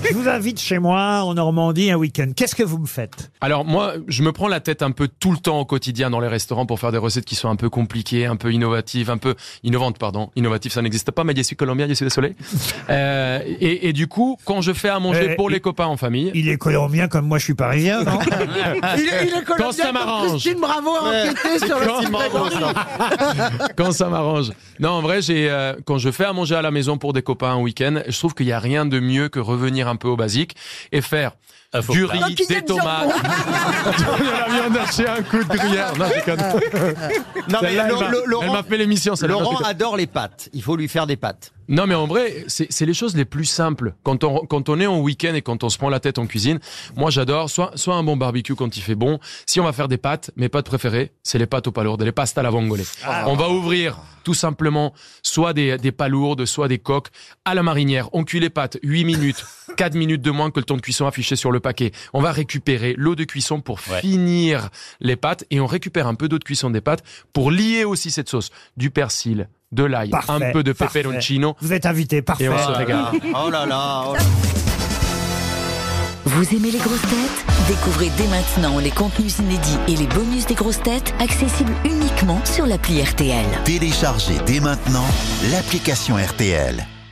Je vous invite chez moi en Normandie un week-end. Qu'est-ce que vous me faites? Alors moi, je me prends la tête un peu tout le temps au quotidien dans les restaurants pour faire des recettes qui sont un peu compliquées, un peu innovantes, Innovative, ça n'existe pas, mais je suis colombien, je suis désolé. Et du coup, quand je fais à manger pour les copains en famille... Il est colombien comme moi, je suis parisien, non? Il est colombien Quand ça m'arrange. Christine Bravo a enquêté sur le site Quand ça m'arrange. Non, en vrai, quand je fais à manger à la maison pour des copains un week-end, je trouve qu'il n'y a rien de mieux que revenir un peu au basique et faire du riz, des tomates, de la viande hachée, un coup de gruyère. Non, je déconne. Non, mais Elle m'a fait l'émission. Laurent adore les pâtes. Il faut lui faire des pâtes. Non, mais en vrai, c'est les choses les plus simples. Quand on est en week-end et quand on se prend la tête en cuisine, moi j'adore soit un bon barbecue quand il fait bon. Si on va faire des pâtes, mes pâtes préférées, c'est les pâtes aux palourdes, les pasta alla vongole. On va ouvrir tout simplement soit des palourdes, soit des coques à la marinière. On cuit les pâtes 8 minutes, 4 minutes de moins que le temps de cuisson affiché sur le paquet. On va récupérer l'eau de cuisson pour finir les pâtes et on récupère un peu d'eau de cuisson des pâtes pour lier aussi cette sauce. Du persil, de l'ail, un peu de peperoncino. Vous êtes invité, parfait. Et on se régale. Oh là là. Vous aimez les grosses têtes? Découvrez dès maintenant les contenus inédits et les bonus des grosses têtes accessibles uniquement sur l'appli RTL. Téléchargez dès maintenant l'application RTL.